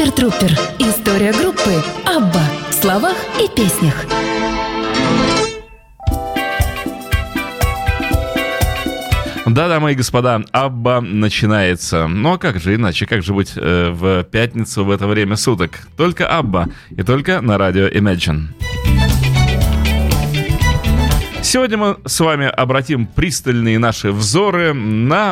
Супертрупер. История группы Абба в словах и песнях. Да, дамы и господа, Абба начинается. Ну а как же иначе, как же быть в пятницу в это время суток? Только Абба и только на радио Imagine. Сегодня мы с вами обратим пристальные наши взоры на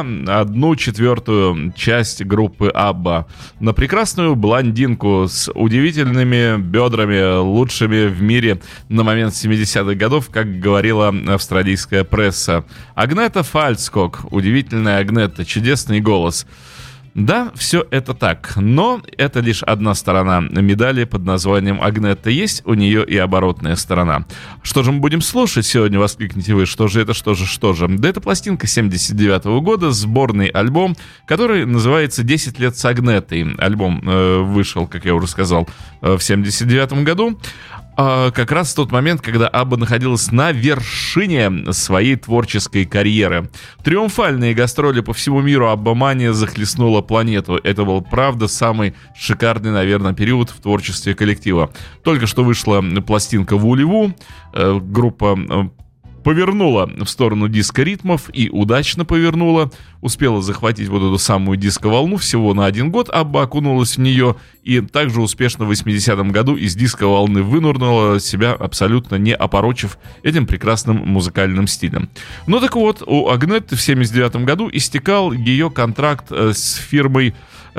1/4 часть группы Абба. На прекрасную блондинку с удивительными бедрами, лучшими в мире на момент 70-х годов, как говорила австралийская пресса. Агнета Фальцкок, удивительная Агнета, чудесный голос. Да, все это так, но это лишь одна сторона медали под названием Агнета. Есть у нее и оборотная сторона. Что же мы будем слушать сегодня, воскликните вы? Что же? Да это пластинка 79-го года, сборный альбом, который называется «10 лет с Агнетой». Альбом вышел, как я уже сказал, в 79-м году. Как раз в тот момент, когда Абба находилась на вершине своей творческой карьеры. Триумфальные гастроли по всему миру Аббамания захлестнула планету. Это был, правда, самый шикарный, наверное, период в творчестве коллектива. Только что вышла пластинка «Вулеву». Группа повернула в сторону диско-ритмов и удачно повернула. Успела захватить вот эту самую диско-волну. Всего на 1 год Абба окунулась в нее и также успешно в 80-м году из диско-волны вынырнула себя, абсолютно не опорочив этим прекрасным музыкальным стилем. Ну так вот, у Агнетты в 79-м году истекал ее контракт с фирмой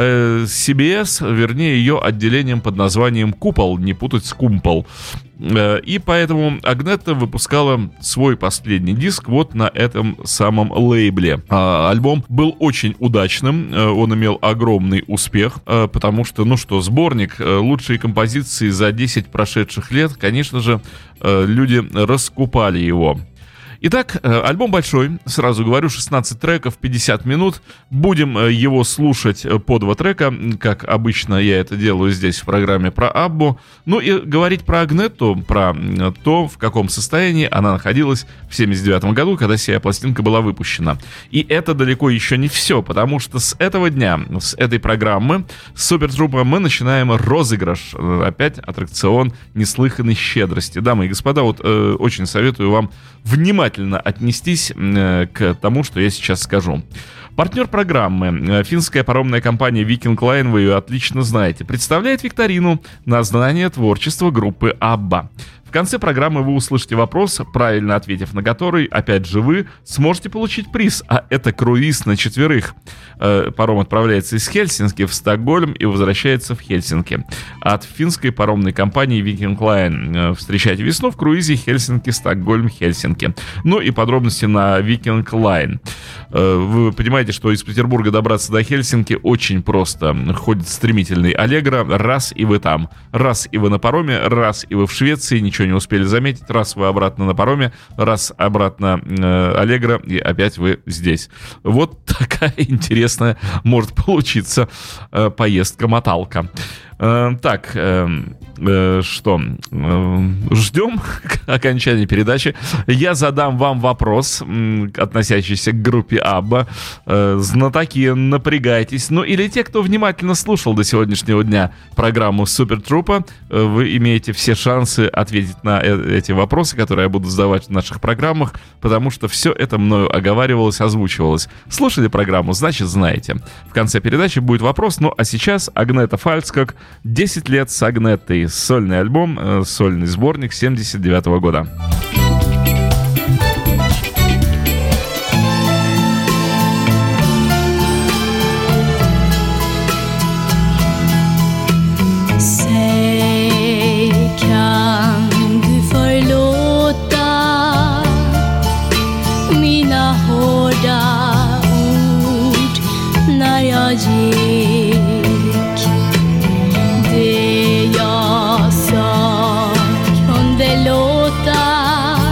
CBS, вернее ее отделением под названием «Купол», не путать с «Кумпол». И поэтому Агнета выпускала свой последний диск вот на этом самом лейбле. Альбом был очень удачным, он имел огромный успех, потому что, сборник, лучшие композиции за 10 прошедших лет, конечно же, люди раскупали его. Итак, альбом большой, сразу говорю, 16 треков, 50 минут. Будем его слушать по 2 трека, как обычно я это делаю здесь в программе про Аббу. Ну и говорить про Агнету, про то, в каком состоянии она находилась в 79 году, когда сия пластинка была выпущена. И это далеко еще не все, потому что с этого дня, с этой программы, с Супертрупа мы начинаем розыгрыш. Опять аттракцион неслыханной щедрости. Дамы и господа, очень советую вам внимательно отнестись к тому, что я сейчас скажу. Партнер программы, финская паромная компания Viking Line, вы ее отлично знаете, представляет викторину на знание творчества группы Абба. В конце программы вы услышите вопрос, правильно ответив на который, опять же вы, сможете получить приз, а это круиз на 4. Паром отправляется из Хельсинки в Стокгольм и возвращается в Хельсинки. От финской паромной компании Viking Line. Встречайте весну в круизе Хельсинки, Стокгольм, Хельсинки. Ну и подробности на Viking Line. Вы понимаете, что из Петербурга добраться до Хельсинки очень просто. Ходит стремительный Аллегро, раз и вы там. Раз и вы на пароме, раз и вы в Швеции, ничего не успели заметить, раз вы обратно на пароме, раз обратно Аллегро, и опять вы здесь. Вот такая интересная может получиться поездка-моталка. Так, что? Ждем окончания передачи. Я задам вам вопрос, относящийся к группе Абба. Знатоки, напрягайтесь. Ну или те, кто внимательно слушал до сегодняшнего дня программу Супертрупа, вы имеете все шансы ответить на эти вопросы, которые я буду задавать в наших программах, потому что все это мною оговаривалось, озвучивалось. Слушали программу, значит знаете. В конце передачи будет вопрос, ну а сейчас Агнета Фальцкок, 10 лет с Агнетой. Сольный альбом, сольный сборник 79 года. Säg, kan du förlåta mina hårda ord när jag gick? Det jag sa kunde låta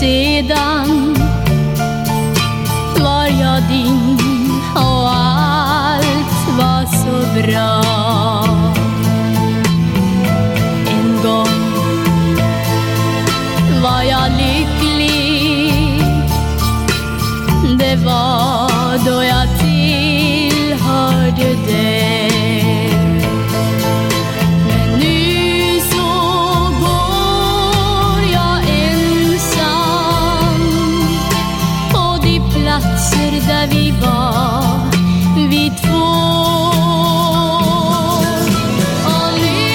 sedan var jag din och allt var så bra. En gång var jag lycklig, det var då jag tillhörde dig. Men nu så går jag ensam på de platser där vi var, vi två. Och nu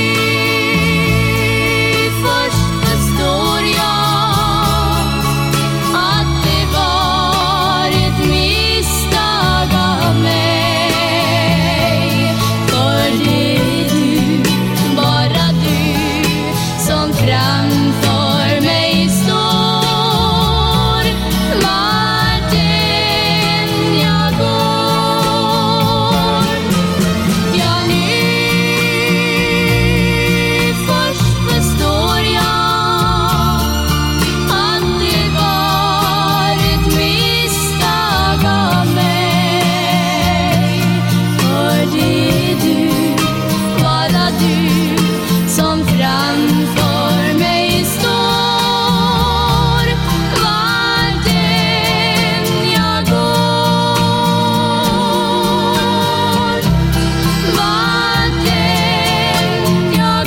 först förstår jag att det var ett misstag av mig. För det är du, bara du, som framför mig står vart än jag går. Ja, nu först förstår jag att det var ett misstag av mig. För det är du, bara du, som framför mig står vart än jag går. Vart än jag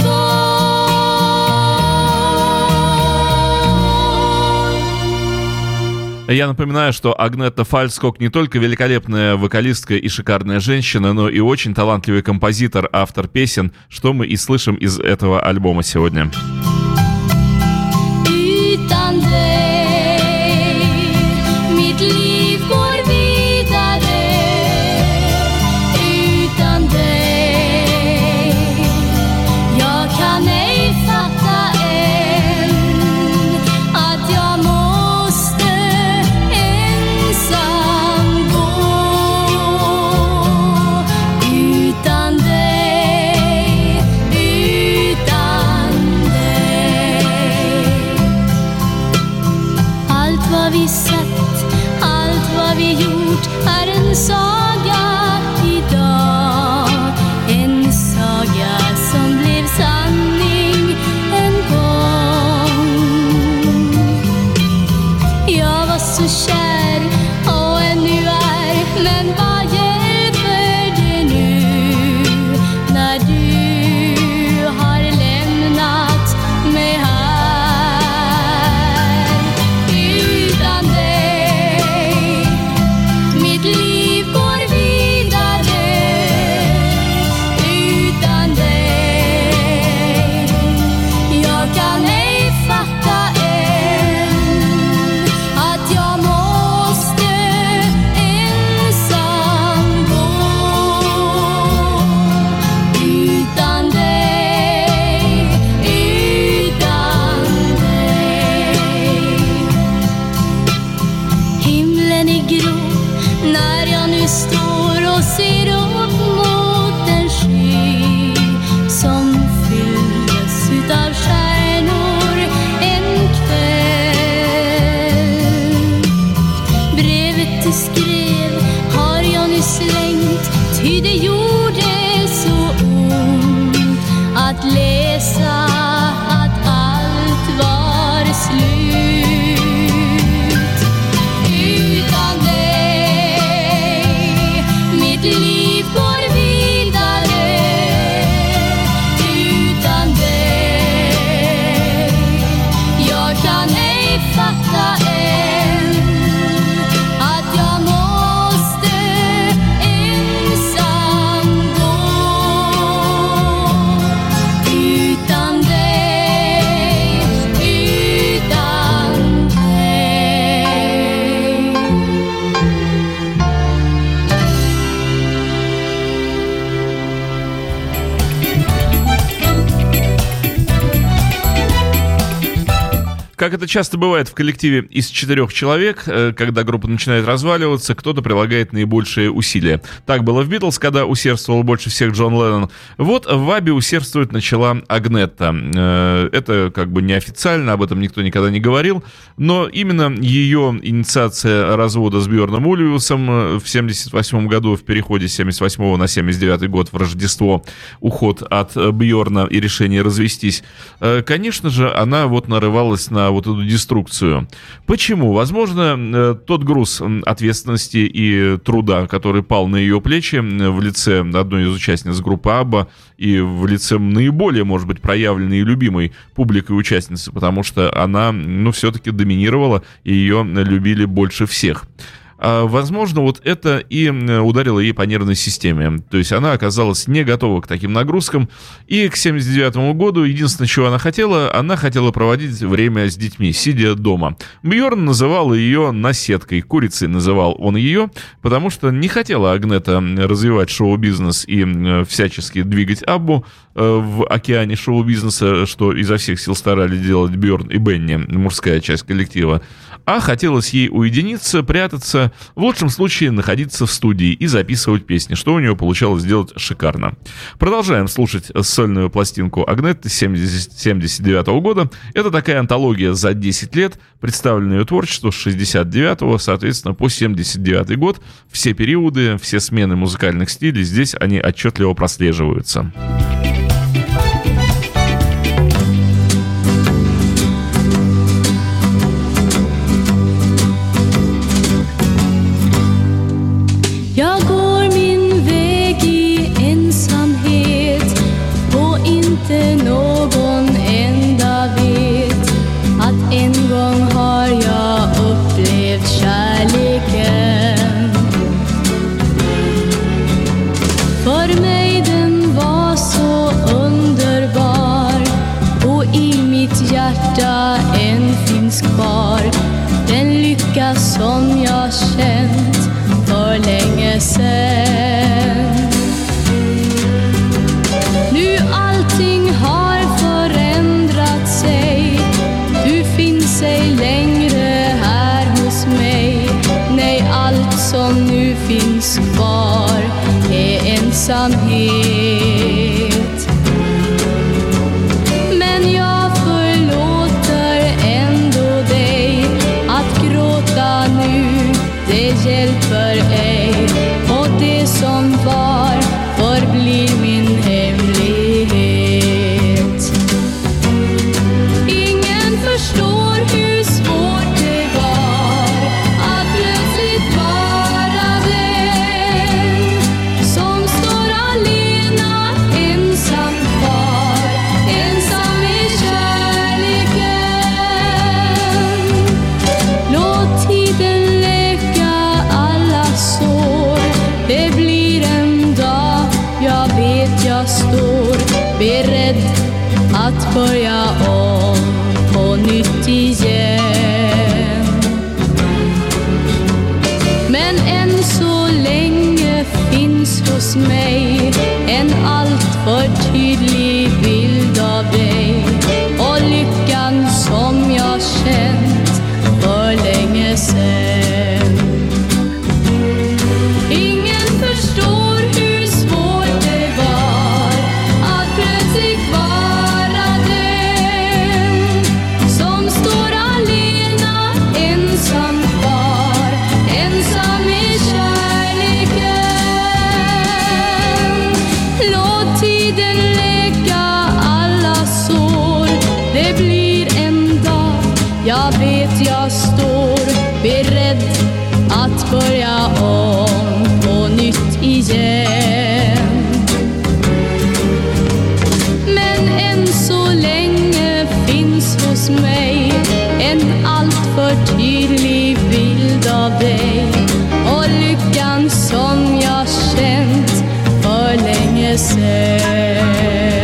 går. Я напоминаю, что Агнета Фальскок не только великолепная вокалистка и шикарная женщина, но и очень талантливый композитор, автор песен, что мы и слышим из этого альбома сегодня. Utan dig, mitt liv går vidare. Utan dig, jag kan ej fatta än att jag måste ensam gå. Utan dig, utan dig. Allt vad vi sett, allt Как это часто бывает в коллективе из 4 человек, когда группа начинает разваливаться, кто-то прилагает наибольшие усилия. Так было в «Битлз», когда усердствовал больше всех Джон Леннон. Вот в «Аббе» усердствовать начала Агнетта. Это как бы неофициально, об этом никто никогда не говорил, но именно ее инициация развода с Бьорном Ульвиусом в 1978 году, в переходе с 78 на 79 год в Рождество, уход от Бьорна и решение развестись, конечно же, она вот нарывалась на вот эту деструкцию. Почему? Возможно, тот груз ответственности и труда, который пал на ее плечи в лице одной из участниц группы «Абба» и в лице наиболее, может быть, проявленной и любимой публикой участницы, потому что она, все-таки доминировала, и ее любили больше всех. Возможно, вот это и ударило ей по нервной системе. То есть она оказалась не готова к таким нагрузкам. И к 1979 году единственное, чего она хотела проводить время с детьми, сидя дома. Бьорн называл ее наседкой, курицей называл он ее, потому что не хотела Агнета развивать шоу-бизнес и всячески двигать Аббу в океане шоу-бизнеса, что изо всех сил старались делать Бьорн и Бенни, мужская часть коллектива. А хотелось ей уединиться, прятаться, в лучшем случае находиться в студии и записывать песни, что у нее получалось сделать шикарно. Продолжаем слушать сольную пластинку Агнетты 1979 года. Это такая антология за 10 лет, представленное ее творчество с 69 соответственно, по 79 год. Все периоды, все смены музыкальных стилей, здесь они отчетливо прослеживаются. Jag går min väg i ensamhet och inte någon enda vet att en gång har jag upplevt kärleken. För mig den var så underbar och i mitt hjärta än finns kvar den lycka som jag känt för länge sen. Nu allting har förändrat sig. Du finns ej längre här hos mig. Nej, allt som nu finns kvar är ensamhet. Men jag förlåter ändå dig. Att gråta nu, det hjälper ej, och det som var förblir min hemlighet. Ingen förstår hur svårt det var att plötsligt vara den som står alena, ensam kvar, ensam i kärleken. Låt tiden läka alla sår. Det blir en dag, jag vet jag står beredd att börja om på nytt igen. Men än så länge finns hos mig en alltför tydlig bild av dig och lyckan som jag känt för länge sen. Ingen förstår hur svårt det var att plötsligt vara den som står alena, ensam kvar, ensam i kärleken. Låt tiden läka alla sår. Det blir en dag, jag vet jag står beredd att börja om på nytt igen. Men än så länge finns hos mig en alltför tydlig bild av dig och lyckan som jag känt för länge sen.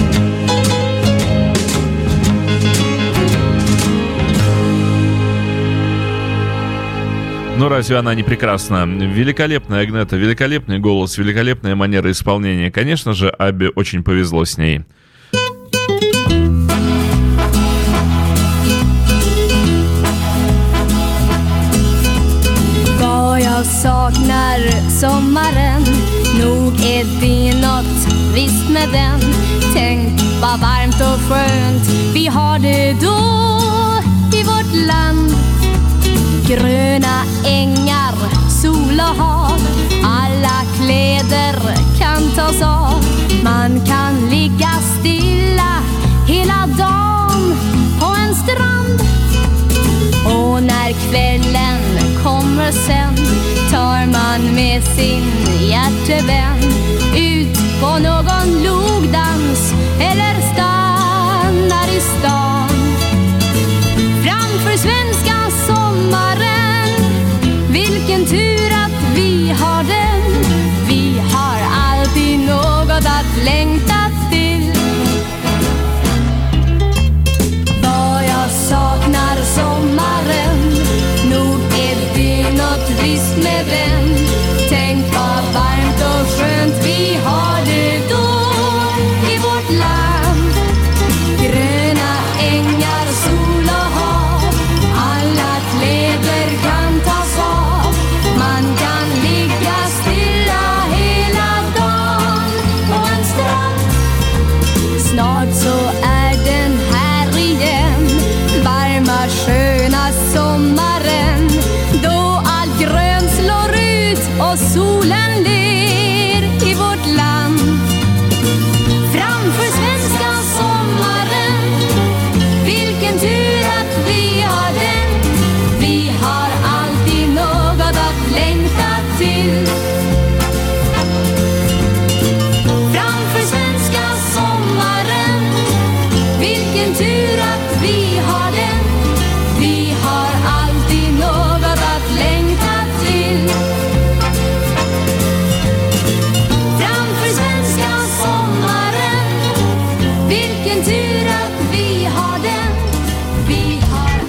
Ну, разве она не прекрасна? Великолепная Агнетта, великолепный голос, великолепная манера исполнения. Конечно же, Аббе очень повезло с ней. och skönt vi har det då i vårt land. Gröna ängar, sol och hav, alla kläder kan tas av. Man kan ligga stilla hela dagen på en strand. Och när kvällen kommer sen tar man med sin hjärtevän ut på någon logdans eller stannar i stan. Framför svenska sommaren, vilken tur att vi har den. Vi har alltid något att längta till. Vad jag saknar sommaren, nog är det något visst med den. Tänk vad varmt och skönt vi har det då i vårt land. Gröna ängar, sol och hav, alla kläder kan tas av. Man kan ligga stilla hela dagen på en strand. Snart så är den här igen, varma sköna sommaren, då allt grönt slår ut och solen ler i vårt land. Framför svenska sommaren, vilken tur att vi har den. Vi har alltid något att längta till. Framför svenska sommaren, vilken tur att vi har den. Vi har alltid något att längta till. Framför svenska sommaren, vilken tur att vi har den. Vi har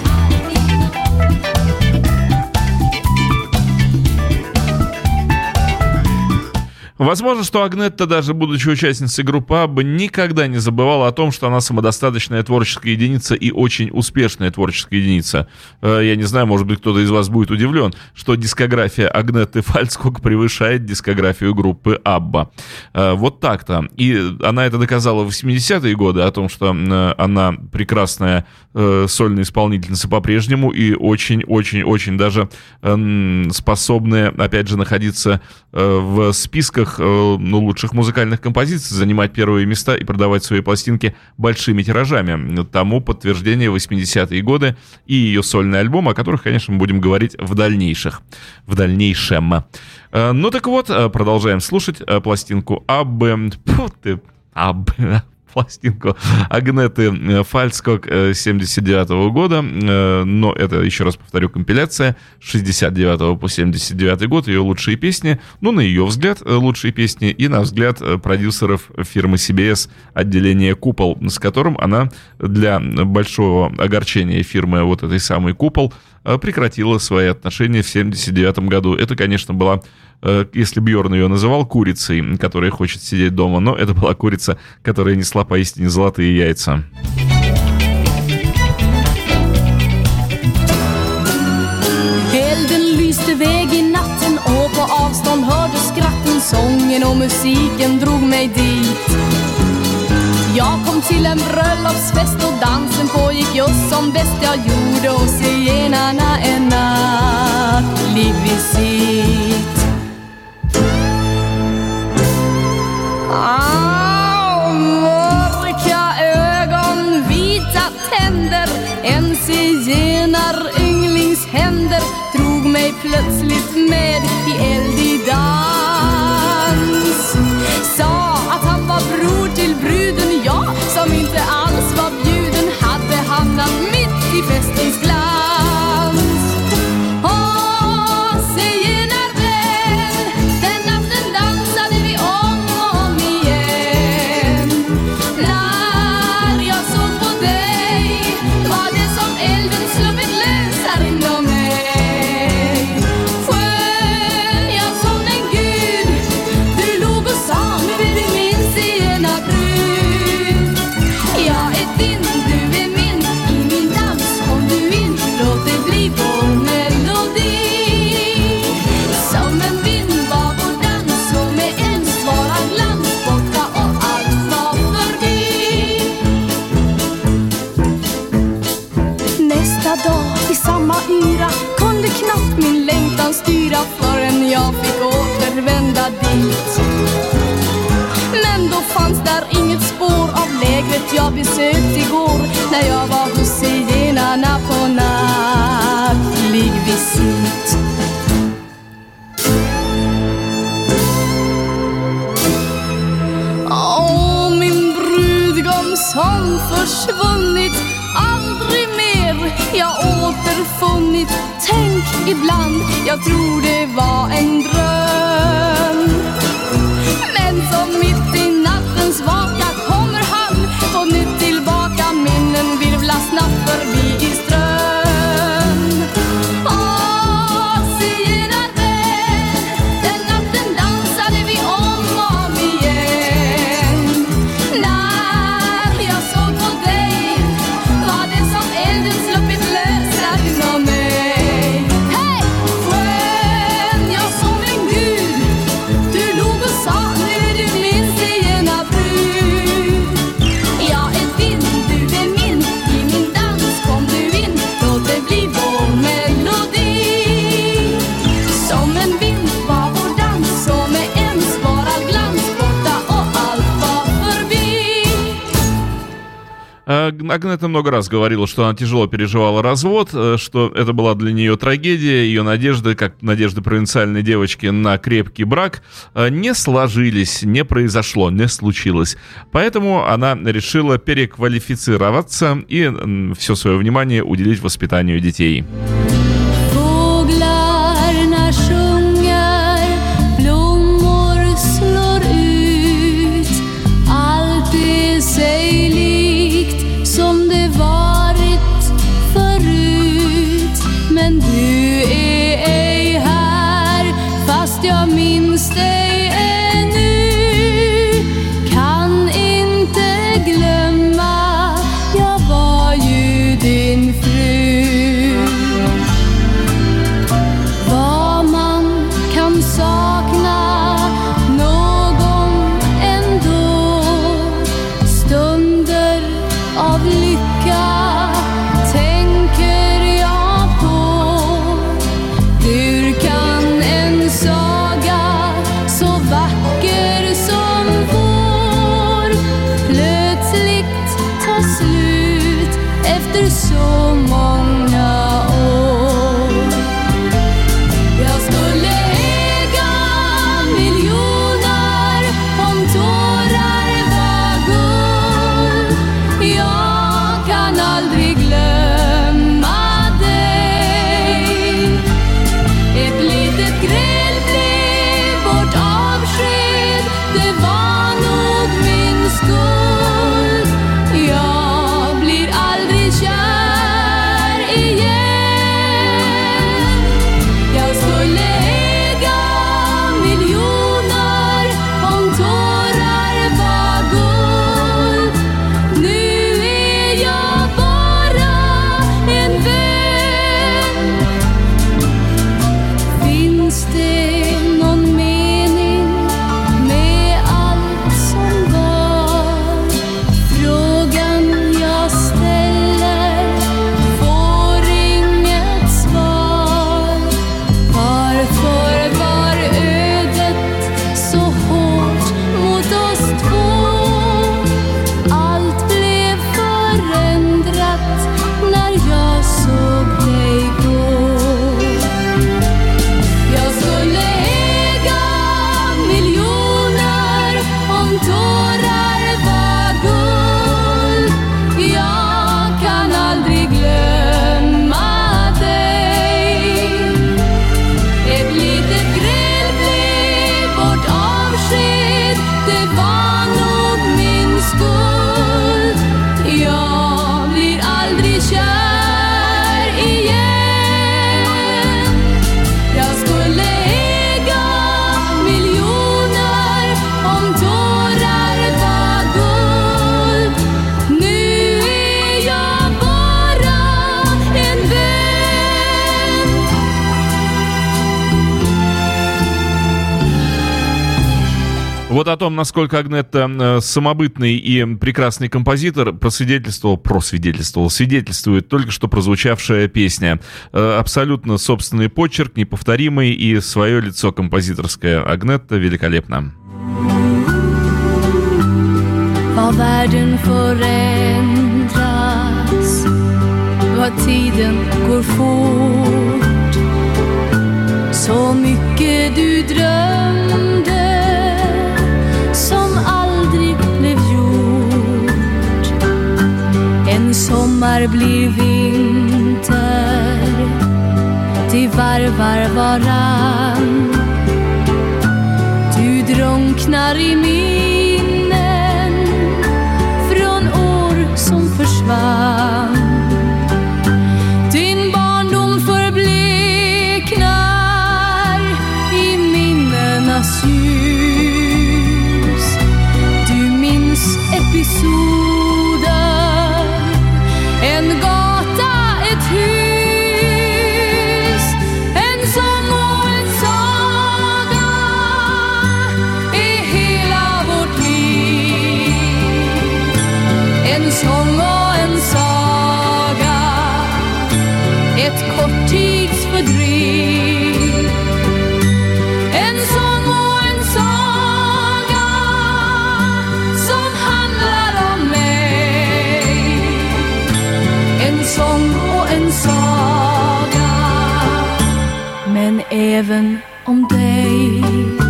Возможно, что Агнетта, даже будучи участницей группы Абба, никогда не забывала о том, что она самодостаточная творческая единица и очень успешная творческая единица. Я не знаю, может быть, кто-то из вас будет удивлен, что дискография Агнетты Фальцког превышает дискографию группы Абба. Вот так-то. И она это доказала в 80-е годы, о том, что она прекрасная сольная исполнительница по-прежнему и очень-очень-очень даже способная, опять же, находиться в списках лучших музыкальных композиций, занимать первые места и продавать свои пластинки большими тиражами. Тому подтверждение 80-е годы и ее сольный альбом, о которых, конечно, мы будем говорить в дальнейшем. Ну так вот, продолжаем слушать пластинку Аббы. Пластинку Агнетты Фальцког 79 года, но это, еще раз повторю, компиляция 69 по 79 год, ее лучшие песни, ну, на ее взгляд, лучшие песни, и на взгляд продюсеров фирмы CBS отделения «Купол», с которым она для большого огорчения фирмы вот этой самой «Купол» прекратила свои отношения в 79 году. Это, конечно, была, если Бьорн ее называл курицей, которая хочет сидеть дома, но это была курица, которая несла поистине золотые яйца. Elden lyste väg i natten och på avstånd hördes skratten, sången och musiken drog mig dit. Jag kom till en bröllopsfest och dansen pågick just som bäst. Jag gjorde oss zigenarna en nattlig visit. Mörka ögon, vita tänder, en zigenar-ynglings händer drog mig plötsligt med i eldig dans. Sa att han var bror till bruden, jag som inte alls var bjuden, hade hamnat mitt i festens glans. Elden sluppit lös här inom mig. Sjö dag i samma yra. Kunde knappt min längtan styra förrän jag fick återvända dit. Men då fanns där inget spår av lägret jag besökt igår, när jag var hos zigenarna på nattlig visit. Åh, min brudgom som försvunnit, aldrig mer jag återfunnit. Tänk ibland, jag tror det var en dröm. Men som mitt i nattens vaka kommer han på nytt tillbaka. Minnen virvlar snabbt förbi i ström. Åh, zigenarvän, den natten dansade vi om igen. När jag såg på dig var det som elden sluppit lösa inom mig. Hej, skön, jag som en gud. Du log och sa, nu är du min zigenarbrud. Jag är din, du är min, i min dans kom du in. Låt det bli vår melodi. Som en vind var vår dans, som med ens var all glans borta och allt var förbi. Агнета много раз говорила, что она тяжело переживала развод, что это была для нее трагедия, ее надежды, как надежды провинциальной девочки на крепкий брак, не сложились, не произошло, не случилось. Поэтому она решила переквалифицироваться и все свое внимание уделить воспитанию детей. Fåglarna sjunger, blommor slår ut. Allt är sig likt som det varit förut. Men du är ej här, fast jag minns dig ännu. Kan inte glömma, jag var ju din fru. Vad man kan sakna någon ändå, stunder av lycka tänker jag på. Hur kan en saga så vacker som vår plötsligt ta slut efter så många år? Jag skulle äga miljoner om tårar var guld. Jag kan aldrig glömma dig. Ett litet gräl blev vårt avsked, det var nog min skuld. Jag blir aldrig kär igen. Jag skulle äga miljoner om tårar var guld. Nu är jag bara en vän. Finns det någon mening med allt som var? Frågan jag ställer får inget svar. Varför var ödet så hårt mot oss två? Allt blev förändrat när jag såg dig gå. Jag skulle äga miljoner om tårar var guld. Jag kan aldrig glömma dig. Ett litet gräl blev vårt avsked, det var nog min skuld. Jag blir aldrig kär igen. Вот о том, насколько Агнетта самобытный и прекрасный композитор, свидетельствует только что прозвучавшая песня. Абсолютно собственный почерк, неповторимый, и свое лицо композиторское. Агнетта великолепна. Vad världen förändras, vad tiden går fort. Så mycket du drömde som aldrig blev gjort. En sommar blir vinter, de varvar varann. Du drunknar i minnen från år som försvann. Din barndom förbleknar i minnenas ljus. Du minns episoder, en gata, ett hus, en sång och en saga är hela vårt liv. En sång och en saga, ett korttidsfördriv. En sång och en saga som handlar om mig. En sång och en saga, men även om dig.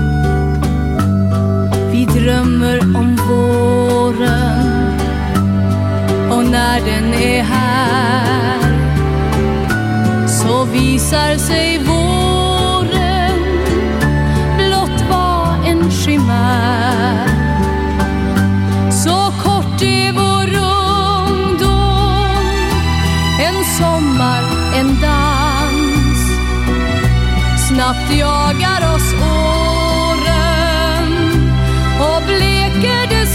Vi drömmer om våren, och när den är här så visar sig våren blott var en skimär. Så kort är vår ungdom, en sommar, en dans. Snabbt jagar oss åren och bleker dess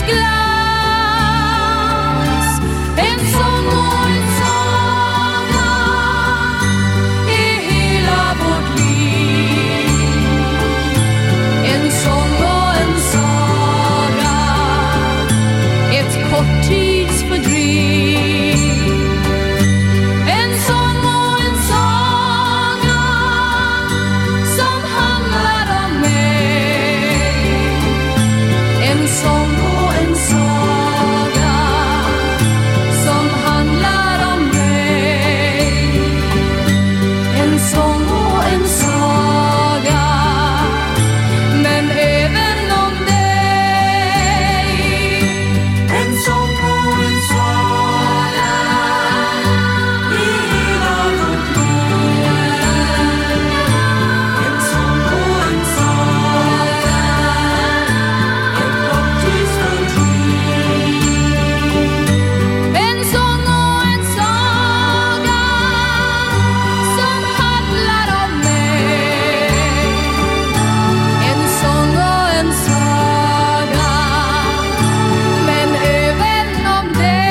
glans. En sång och en saga är hela vårt liv. En sång och en saga, ett korttidsfördriv. En sång och en saga som handlar om mig. En sång och en saga som handlar om mig. En sång och en saga, men även om dig. En sång och en saga i hela vårt liv. En sång och en saga, ett korttidsfördriv. En sång och en saga som handlar om mig. En sång och en saga, men även om dig.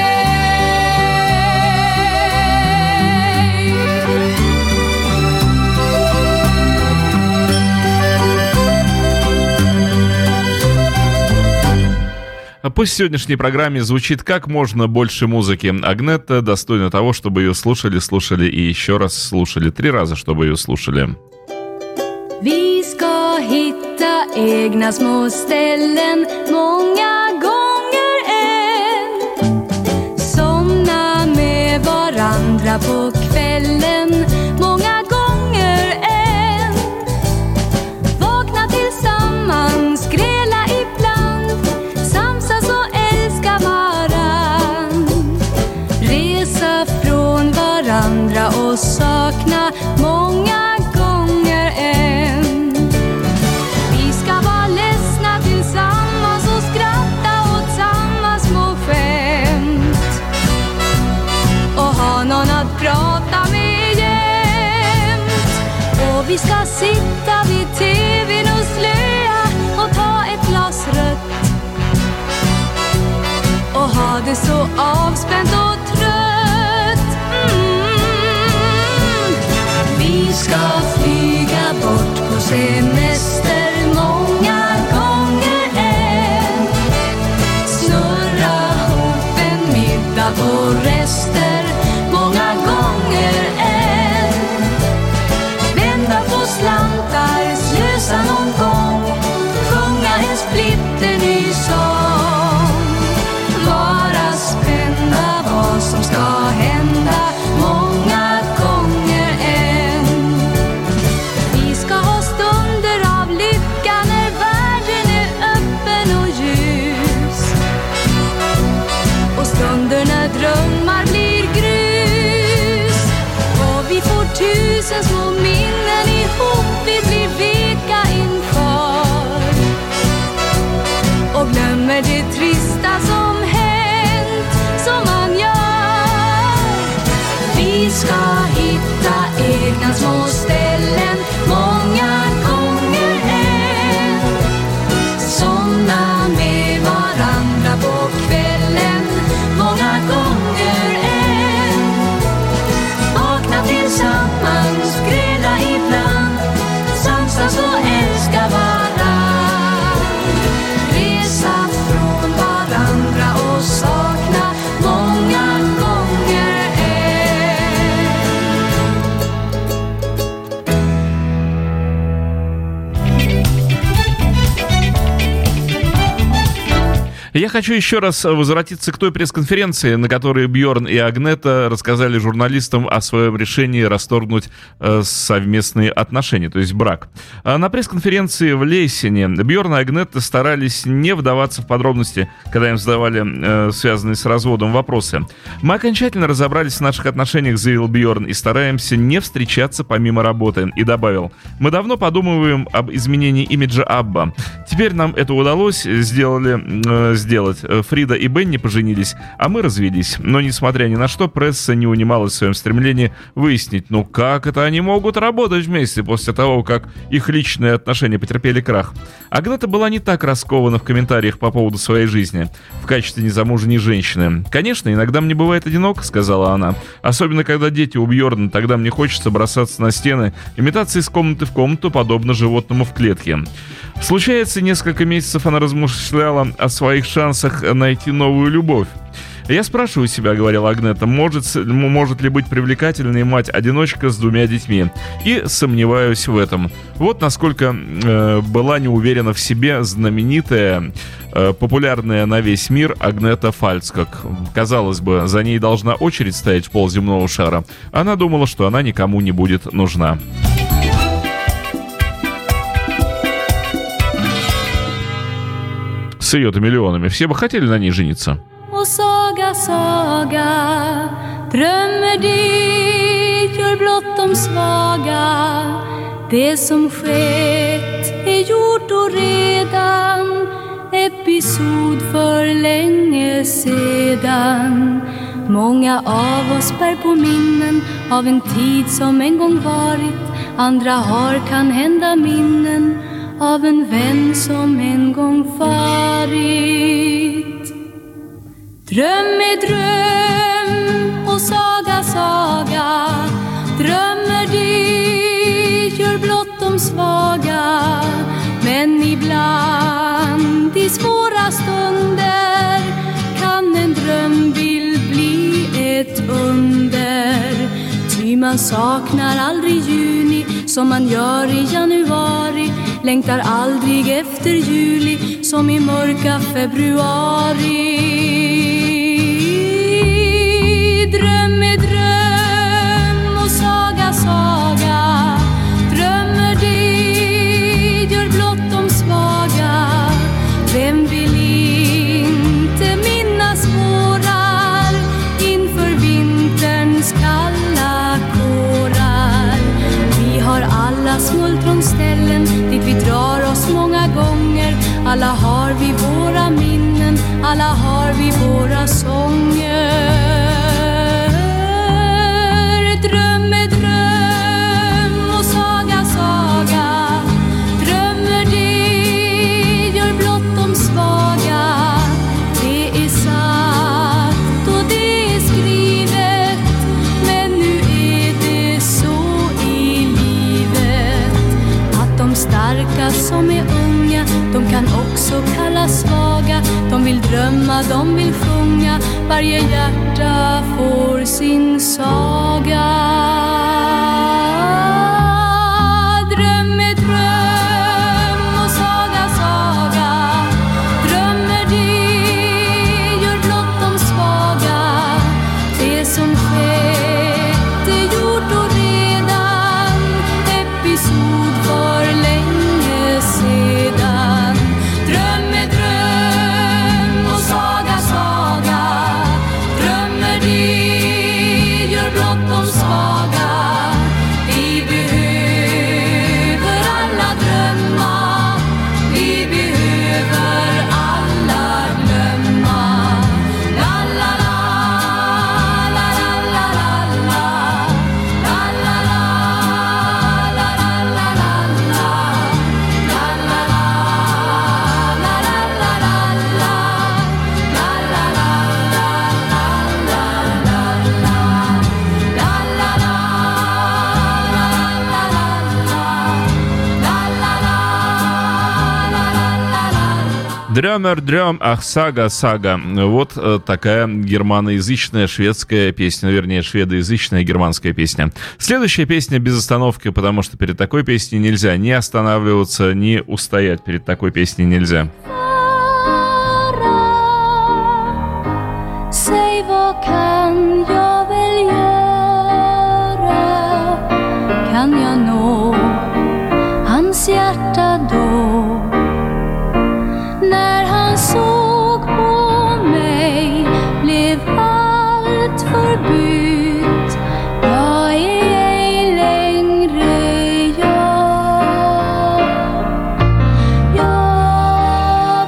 Пусть в сегодняшней программе звучит как можно больше музыки. Агнетта достойна того, чтобы ее слушали и еще раз слушали. 3 раза, чтобы ее слушали. Vi ska hitta egna små ställen många gånger än. Somna med varandra på kvällen många gånger än. Vakna tillsammans, gräla ibland, samsas och älska varann. Resa från varandra och sakna många gånger än. Vi ska vara ledsna tillsammans och skratta åt samma små skämt. Och ha någon att prata med jämt. Och vi ska sitta vid tvn och slöa och ta ett glas rött. Och ha det så avspänt och trött. Vi ska flyga bort på semester många gånger och rester många gånger än. Vända på slantar, slösa någon gång, sjunga en splitterny sång. Vara spända vad som ska hända många gånger än. Vi ska ha stunder av lycka när världen är öppen och ljus, och stunder när drömmar blir grus, och vi får 1000 små minnen ihop vi blir veka inför, och glömmer det trista som hänt, som man gör. Vi ska hitta egna små ställen många gånger än, somna med varandra på kvällen många gånger än. Vakna tillsammans, gräla ibland, samsas och älska varann. Resa från varandra och sakna många gånger än. Я хочу еще раз возвратиться к той пресс-конференции, на которой Бьорн и Агнета рассказали журналистам о своем решении расторгнуть совместные отношения, то есть брак. На пресс-конференции в Лейсене Бьорн и Агнета старались не вдаваться в подробности, когда им задавали связанные с разводом вопросы. «Мы окончательно разобрались в наших отношениях», — заявил Бьорн, «и стараемся не встречаться помимо работы». И добавил: «Мы давно подумываем об изменении имиджа Абба. Теперь нам это удалось сделать. Фрида и Бенни поженились, а мы развелись. Но, несмотря ни на что, пресса не унималась в своем стремлении выяснить, ну как это они могут работать вместе после того, как их личные отношения потерпели крах». Агнета была не так раскована в комментариях по поводу своей жизни в качестве незамужней женщины. «Конечно, иногда мне бывает одиноко», — сказала она. «Особенно, когда дети у Бьорна, тогда мне хочется бросаться на стены и метаться из комнаты в комнату, подобно животному в клетке». Случается, несколько месяцев она размышляла о своих шансах найти новую любовь. «Я спрашиваю себя, — говорила Агнета, — может ли быть привлекательной мать-одиночка с 2 детьми? И сомневаюсь в этом». Вот насколько была неуверена в себе знаменитая, популярная на весь мир Агнета Фальцкак. Казалось бы, за ней должна очередь стоять в полземного шара. Она думала, что она никому не будет нужна. С ее-то миллионами. Все бы хотели на ней жениться. Och saga, saga, drömmer dit gör blott de svaga. Det som skett är gjort och redan, episod för länge sedan. Många av oss bär på minnen av en tid som en gång varit. Andra har kan hända minnen av en vän som en gång farit. Dröm är dröm och saga, saga. Drömmer dit gör blott de svaga. Men ibland i svåra stunder kan en drömbild bli ett under. Ty man saknar aldrig juni som man gör i januari. Längtar aldrig efter juli som i mörka februari. Dröm är dröm och saga, saga. Drömmer dit gör blott de svaga. Vem vill inte minnas vårar inför vinterns kalla kårar? Vi har alla smultronställen dit vi drar oss många gånger. Alla har vi våra minnen, alla har varje hjärta får sin saga. Dröm är dröm och saga, saga. Drömmer det gör blott de svaga. Det som skett är gjort och redan, episod för länge sedan. Dröm är dröm och saga, saga. Drömmer det gör blott de svaga. Vi behöver alla drömma. Vi behöver alla glömma. La la la, la la la la la. La la la, la la la la la. La la la, la la la la la. La la la, la la la la la. La la la, la la la la la. Дрёмер, дрём, ах, сага, сага. Вот такая германоязычная шведская песня, вернее, шведоязычная германская песня. Следующая песня без остановки, потому что перед такой песней нельзя ни останавливаться, ни устоять перед такой песней нельзя. Säg vad kan jag väl göra? Kan jag nå hans hjärta då? När han såg på mig blev allt förbytt. Jag är ej längre jag. Jag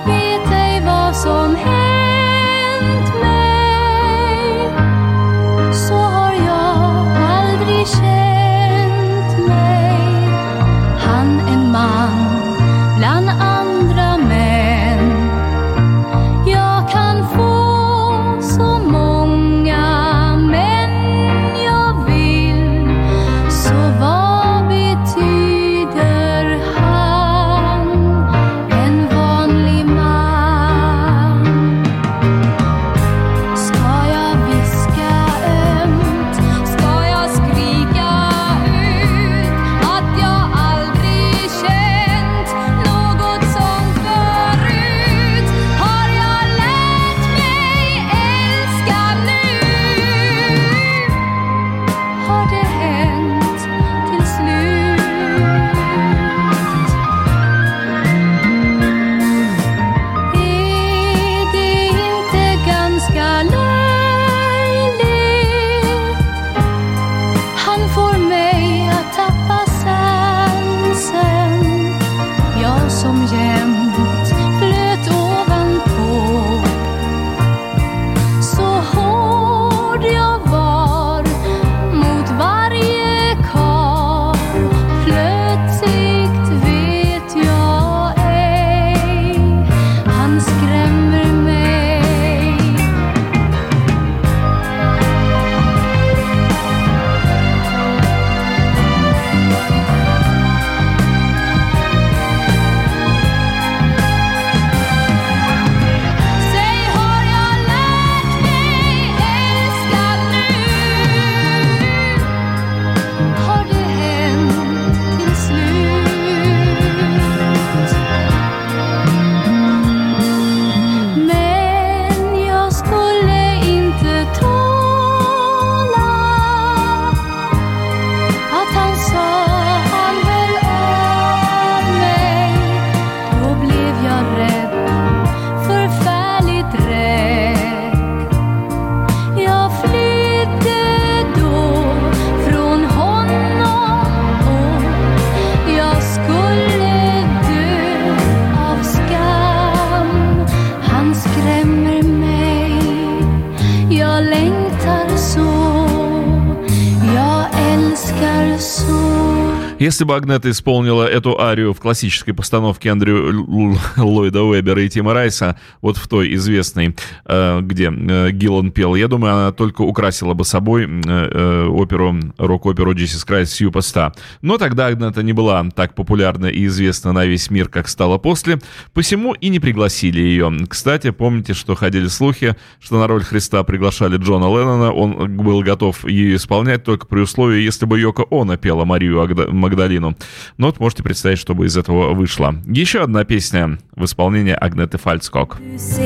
Если бы Агнета исполнила эту арию в классической постановке Эндрю Ллойда Уэббера и Тима Райса, вот в той известной, где Гиллан пел, я думаю, она только украсила бы собой рок-оперу «Jesus Christ Superstar». Но тогда Агнета не была так популярна и известна на весь мир, как стала после, посему и не пригласили ее. Кстати, помните, что ходили слухи, что на роль Христа приглашали Джона Леннона, он был готов ее исполнять только при условии, если бы Йоко Оно пела Марию Магдалину. Но вот можете представить, что бы из этого вышло. Еще одна песня в исполнении Агнеты Фальтскок.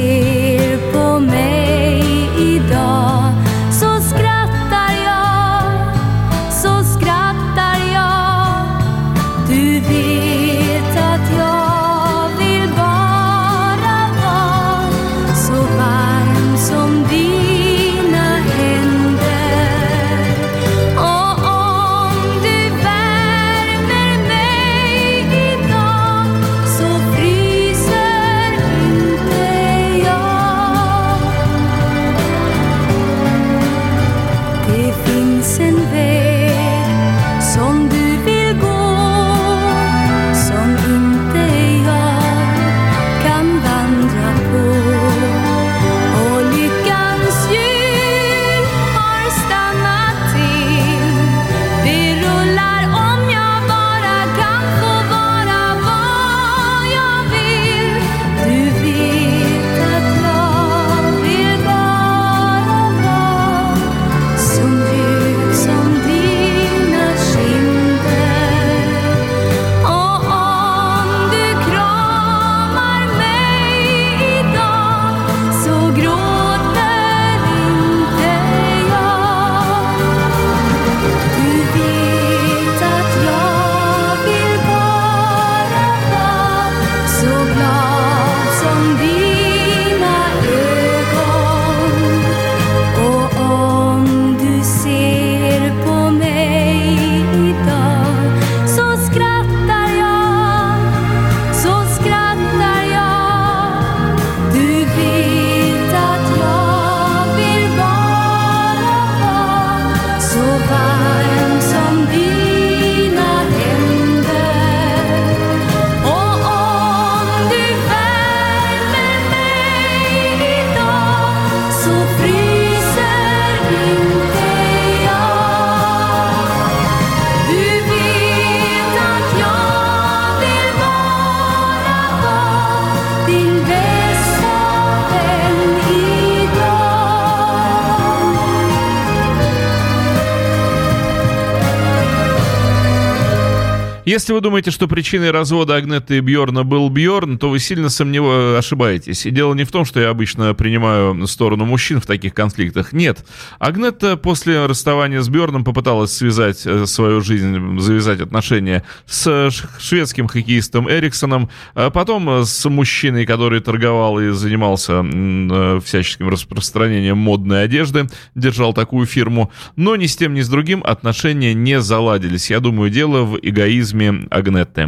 Если вы думаете, что причиной развода Агнеты и Бьорна был Бьорн, то вы сильно ошибаетесь. И дело не в том, что я обычно принимаю сторону мужчин в таких конфликтах. Нет. Агнета после расставания с Бьорном попыталась связать свою жизнь, завязать отношения с шведским хоккеистом Эриксоном, а потом с мужчиной, который торговал и занимался всяческим распространением модной одежды, держал такую фирму. Но ни с тем, ни с другим отношения не заладились. Я думаю, дело в эгоизме Агнетты.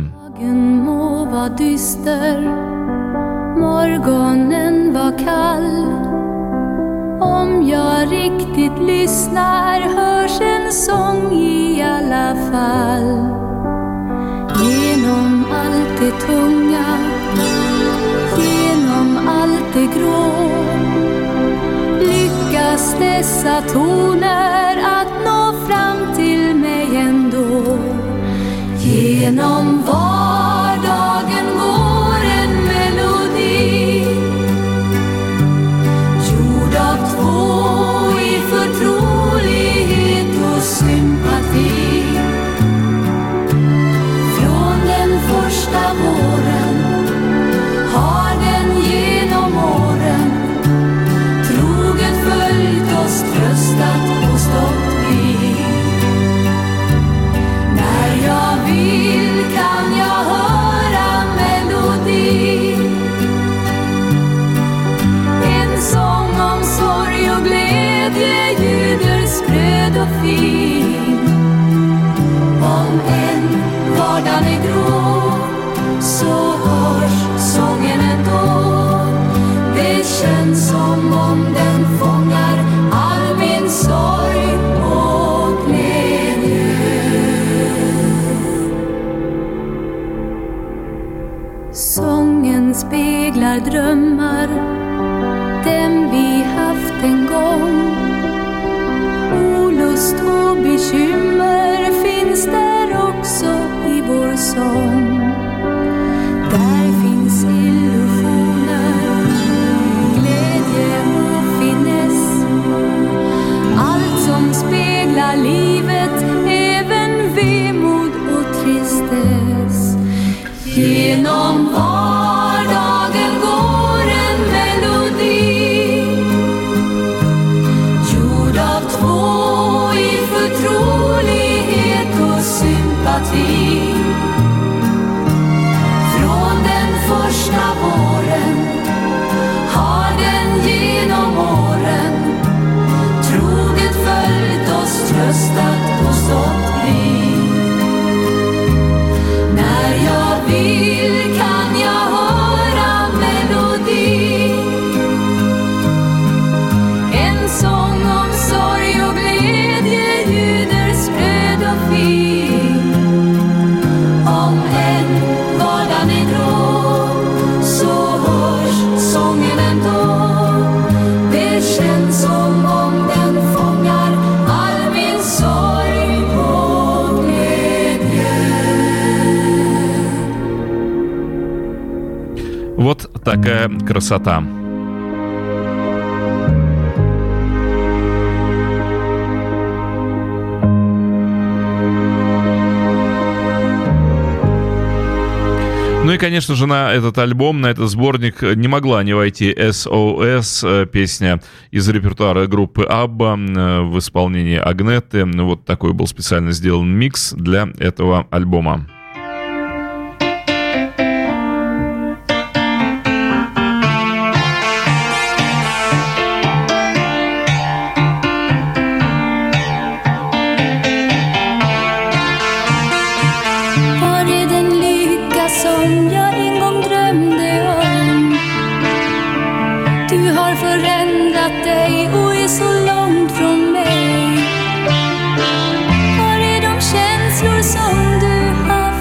Morgonen var kall. Om jag riktigt lyssnar hörs en sång i alla fall. Genom allt det tunga, genom allt det grå, lyckas dessa toner att nå fram till mig ändå. Genom vardagen går en melodi, gjord av två i förtrolighet och sympati. Från den första våren har den genom åren troget följt oss, tröstat och stått. drömmar, den vi haft en gång. Olust och bekymmer finns där också i vår sång. Där finns illusioner, glädje och finess. Allt som speglar livet, även vemod och tristess. Genom vardagen går en melodi, gjord av två i förtrolighet och sympati. Från den första våren har den genom åren troget följt oss, tröstat och stått vid. När jag vill kan jag höra melodi, en sång om sorg och glädje ljuder spröd och fin. Om en vardagen är grå så hörs sången ändå. Det känns som om den fångar all min sorg och glädje. Вот такая красота. Ну и, конечно же, на этот альбом, на этот сборник не могла не войти SOS, песня из репертуара группы ABBA в исполнении Агнеты. Вот такой был специально сделан микс для этого альбома. Som du har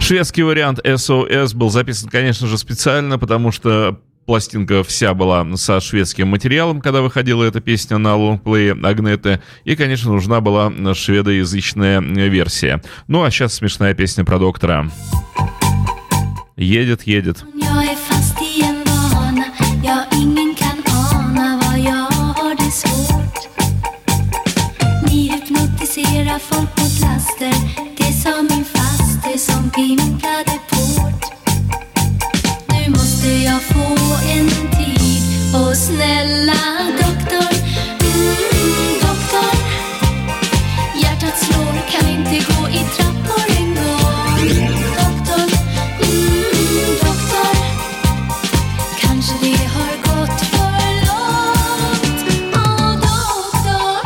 Шведский вариант SOS был записан, конечно же, специально, потому что пластинка вся была со шведским материалом, когда выходила эта песня на лонгплее Агнеты. И, конечно, нужна была шведоязычная версия. Ну, а сейчас смешная песня про доктора. Едет, едет. Folk mot laster, det sa min faster som pimplade port. Nu måste jag få en tid och snälla doktor, doktor. Hjärtat slår, kan inte gå i trappor en gång. Doktor, doktor. Kanske det har gått för långt. Åh, doktor.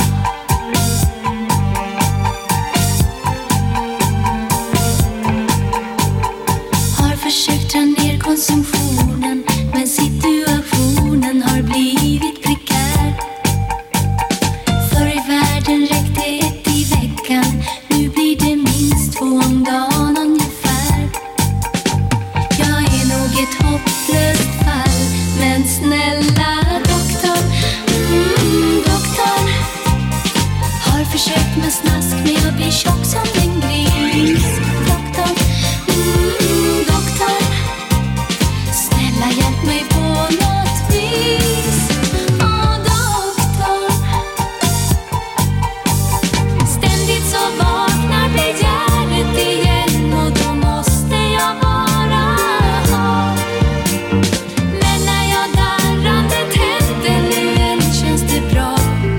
Försökt dra ner konsumtionen, men situationen har blivit prekär. Förr i världen räckte ett i veckan, nu blir det minst 2 om dagen ungefär. Jag är nog ett hopplöst fall, men snälla doktor, doktor. Har försökt med snask, men jag blir tjock som en gris. Doktor, doktor, snälla hjälp mig på något vis. Åh, doktor. Ständigt så vaknar begäret igen, och då måste jag bara ha. Men när jag darrande tänder nu känns det bra.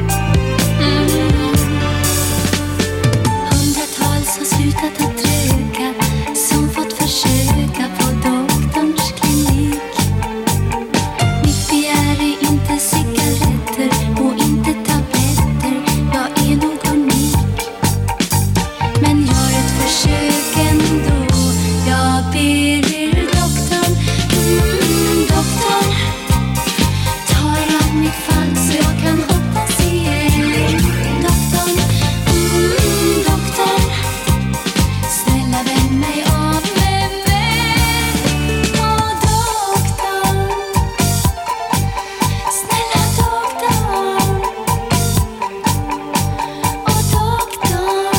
Hundratals har slutat att röka, som fått försöka på doktorns klinik. Mitt begär är inte cigaretter och inte tabletter, jag är nog unik. Men gör ett försök ändå, jag ber er doktorn, doktorn. Ta er av mitt fall så jag kan hoppas igen. Doktorn, doktorn. Snälla vänd mig av med mig. Åh, doktorn. Snälla doktorn. Åh, doktorn.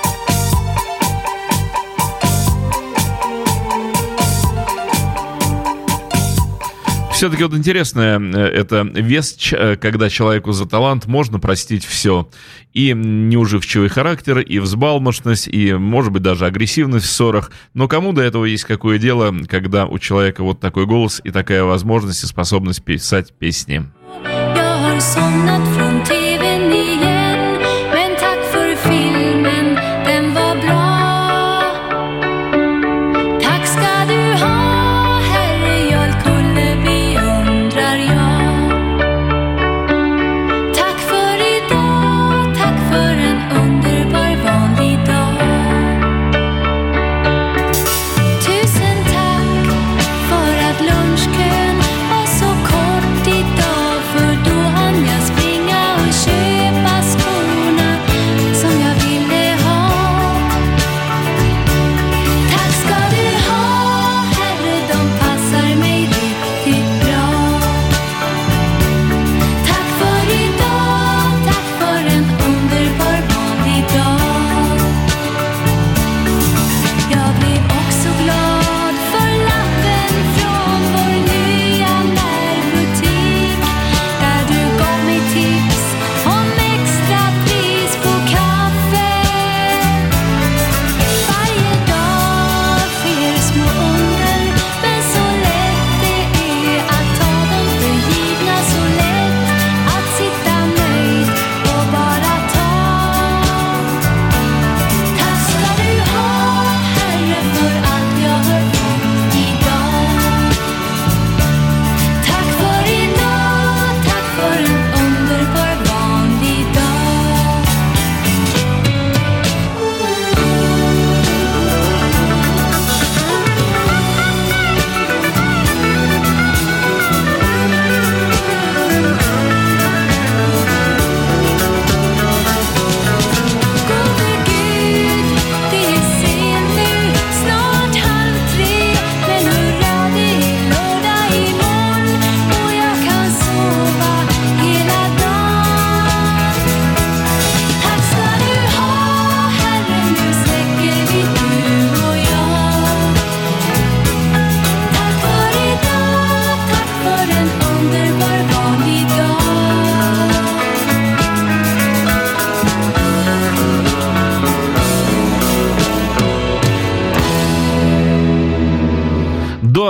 Все-таки вот интересная эта вещь, когда человеку за талант можно простить все. И неуживчивый характер, и взбалмошность, и, может быть, даже агрессивность в ссорах. Но кому до этого есть какое дело, когда у человека вот такой голос и такая возможность и способность писать песни? Jag har somnat från TV:n igen, men tack för filmen, den var bra. Tack ska du ha, herre Jarl Kullerby, undrar jag. Tack för idag, tack för en underbar vanlig dag. Tusen tack för att lunchkön var så kort idag, för då hann jag springa och köpa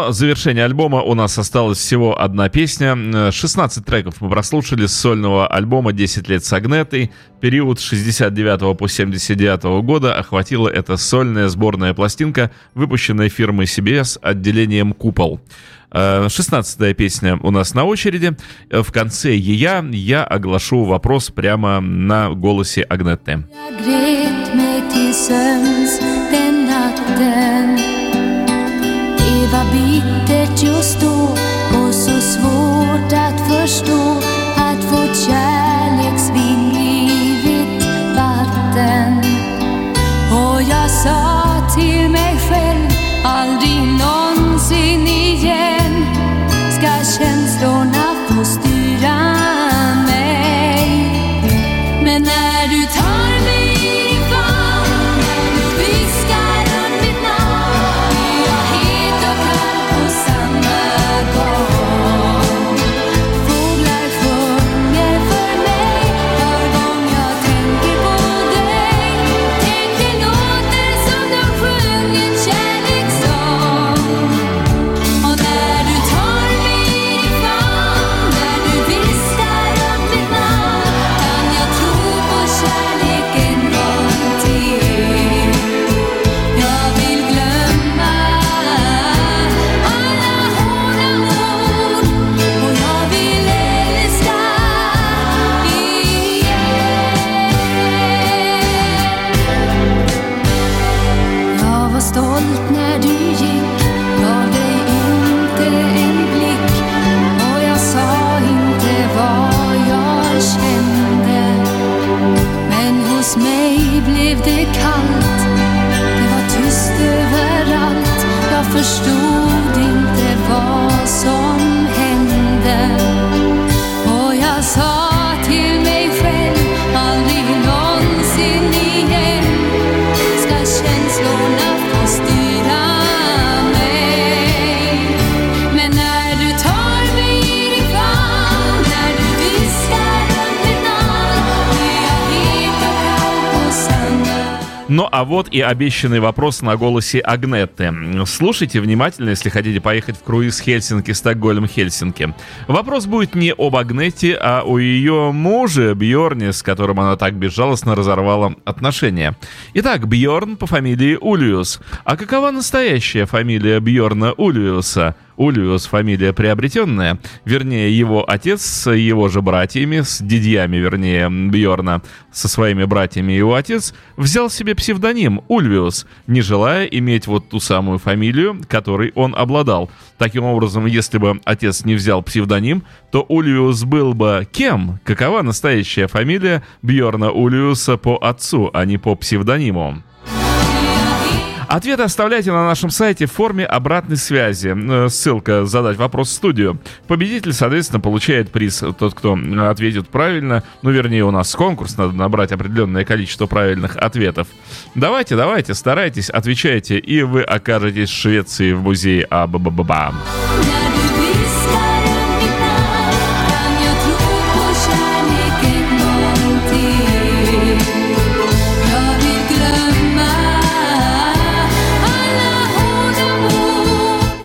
До завершения альбома у нас осталась всего одна песня. 16 треков мы прослушали с сольного альбома «10 лет с Агнетой». Период с 69 по 79 года охватила эта сольная сборная пластинка, выпущенная фирмой CBS отделением «Купол». 16-я песня у нас на очереди. В конце ее я оглашу вопрос прямо на голосе Агнетты. Jag grät mig till sömns den natten. Det var bittert just då och så svårt att förstå att vårt kärleksvind blivit vatten. Och jag sa till mig själv, aldrig någonsin igen ska känslorna få styra mig. Men när du tar mig i famn, när du viskar runt mitt namn, blir jag het och kall på samma gång. Fåglar sjunger för mig var gång jag tänker på dig. Tänk, det låter som de sjöng en kärlekssång. Och när du tar mig i famn, när du viskar runt mitt namn, kan jag tro på kärlek en gång till. Jag vill glömma alla hårda ord och jag vill älska igen. Jag var stolt när du gick, gav dig inte en blick och jag sa inte vad jag kände. Men hos mig blev det kallt, det var tyst överallt. Jag förstod inte vad som hände. Och jag sa till mig själv, aldrig någonsin igen ska känslorna få styra mig. Men när du tar mig i din famn, när du viskar runt mitt namn, blir jag het och kall på samma. Ну а вот и обещанный вопрос на голосе Агнетты. Слушайте внимательно, если хотите поехать в круиз Хельсинки, Стокгольм, Хельсинки. Вопрос будет не об Агнетте, а о ее муже Бьорне, с которым она так безжалостно разорвала отношения. Итак, Бьорн по фамилии Ульюс. А какова настоящая фамилия Бьорна Ульюса? Ульюс — фамилия приобретенная, вернее, его отец с его же братьями, с дядьями, вернее, Бьорна, со своими братьями его отец, взял себе псевдоним Ульвиус, не желая иметь вот ту самую фамилию, которой он обладал. Таким образом, если бы отец не взял псевдоним, то Ульвиус был бы кем? Какова настоящая фамилия Бьорна Ульвиуса по отцу, а не по псевдониму? Ответы оставляйте на нашем сайте в форме обратной связи. Ссылка «Задать вопрос в студию». Победитель, соответственно, получает приз. Тот, кто ответит правильно, ну, вернее, у нас конкурс, надо набрать определенное количество правильных ответов. Давайте, старайтесь, отвечайте, и вы окажетесь в Швеции в музее Абба-Ба-Ба.